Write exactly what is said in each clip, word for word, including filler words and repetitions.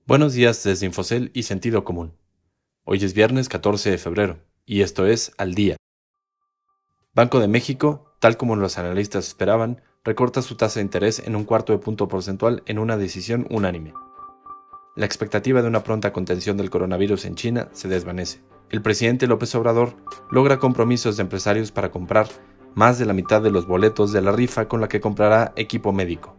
Buenos días desde Infocel y Sentido Común. Hoy es viernes catorce de febrero, y esto es Al Día. Banco de México, tal como los analistas esperaban, recorta su tasa de interés en un cuarto de punto porcentual en una decisión unánime. La expectativa de una pronta contención del coronavirus en China se desvanece. El presidente López Obrador logra compromisos de empresarios para comprar más de la mitad de los boletos de la rifa con la que comprará equipo médico.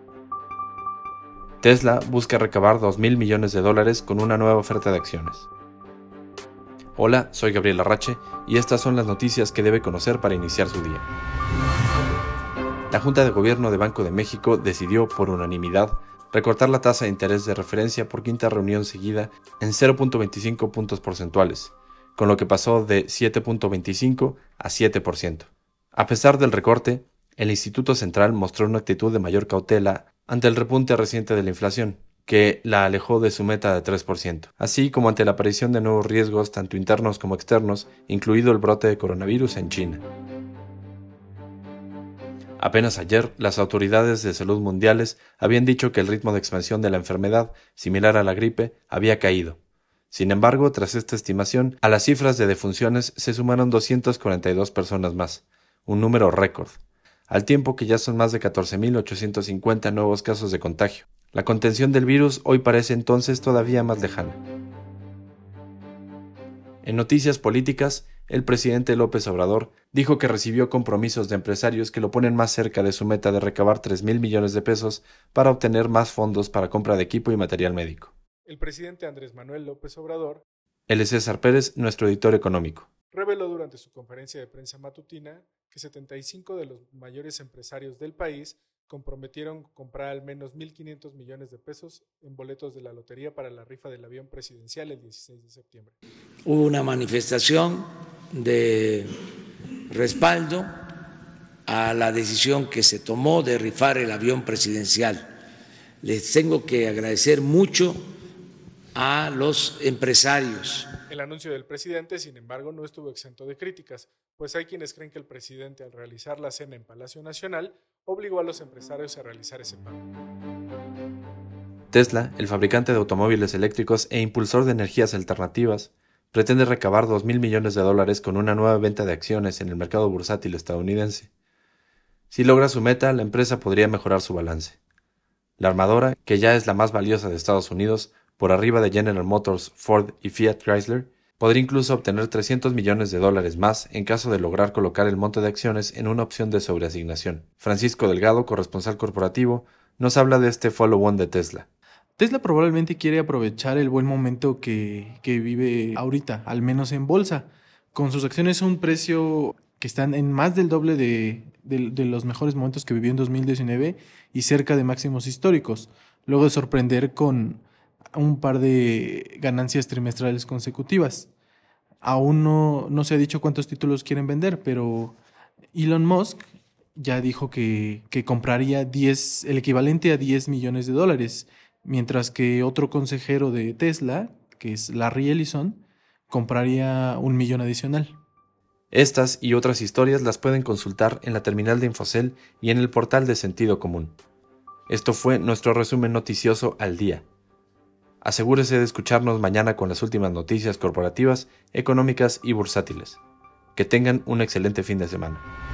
Tesla busca recabar dos mil millones de dólares con una nueva oferta de acciones. Hola, soy Gabriel Arrache y estas son las noticias que debe conocer para iniciar su día. La Junta de Gobierno de Banco de México decidió, por unanimidad, recortar la tasa de interés de referencia por quinta reunión seguida en cero punto veinticinco puntos porcentuales, con lo que pasó de siete punto veinticinco a siete por ciento. A pesar del recorte, el Instituto Central mostró una actitud de mayor cautela ante el repunte reciente de la inflación, que la alejó de su meta de tres por ciento, así como ante la aparición de nuevos riesgos tanto internos como externos, incluido el brote de coronavirus en China. Apenas ayer, las autoridades de salud mundiales habían dicho que el ritmo de expansión de la enfermedad, similar a la gripe, había caído. Sin embargo, tras esta estimación, a las cifras de defunciones se sumaron doscientas cuarenta y dos personas más, un número récord, al tiempo que ya son más de catorce mil ochocientos cincuenta nuevos casos de contagio. La contención del virus hoy parece entonces todavía más lejana. En noticias políticas, el presidente López Obrador dijo que recibió compromisos de empresarios que lo ponen más cerca de su meta de recabar tres mil millones de pesos para obtener más fondos para compra de equipo y material médico. El presidente Andrés Manuel López Obrador, Él es César Pérez, nuestro editor económico. reveló durante su conferencia de prensa matutina que setenta y cinco de los mayores empresarios del país comprometieron comprar al menos mil quinientos millones de pesos en boletos de la lotería para la rifa del avión presidencial el dieciséis de septiembre. Hubo una manifestación de respaldo a la decisión que se tomó de rifar el avión presidencial. Les tengo que agradecer mucho a los empresarios. El anuncio del presidente, sin embargo, no estuvo exento de críticas, pues hay quienes creen que el presidente, al realizar la cena en Palacio Nacional, obligó a los empresarios a realizar ese pago. Tesla, el fabricante de automóviles eléctricos e impulsor de energías alternativas, pretende recabar dos mil millones de dólares con una nueva venta de acciones en el mercado bursátil estadounidense. Si logra su meta, la empresa podría mejorar su balance. La armadora, que ya es la más valiosa de Estados Unidos, por arriba de General Motors, Ford y Fiat Chrysler, podría incluso obtener trescientos millones de dólares más en caso de lograr colocar el monto de acciones en una opción de sobreasignación. Francisco Delgado, corresponsal corporativo, nos habla de este follow-on de Tesla. Tesla probablemente quiere aprovechar el buen momento que, que vive ahorita, al menos en bolsa, con sus acciones a un precio que están en más del doble de, de, de los mejores momentos que vivió en dos mil diecinueve y cerca de máximos históricos, luego de sorprender con un par de ganancias trimestrales consecutivas. Aún no, no se ha dicho cuántos títulos quieren vender, pero Elon Musk ya dijo que, que compraría diez, el equivalente a diez millones de dólares, mientras que otro consejero de Tesla, que es Larry Ellison, compraría un millón adicional. Estas y otras historias las pueden consultar en la terminal de Infocel y en el portal de Sentido Común. Esto fue nuestro resumen noticioso al día. Asegúrese de escucharnos mañana con las últimas noticias corporativas, económicas y bursátiles. Que tengan un excelente fin de semana.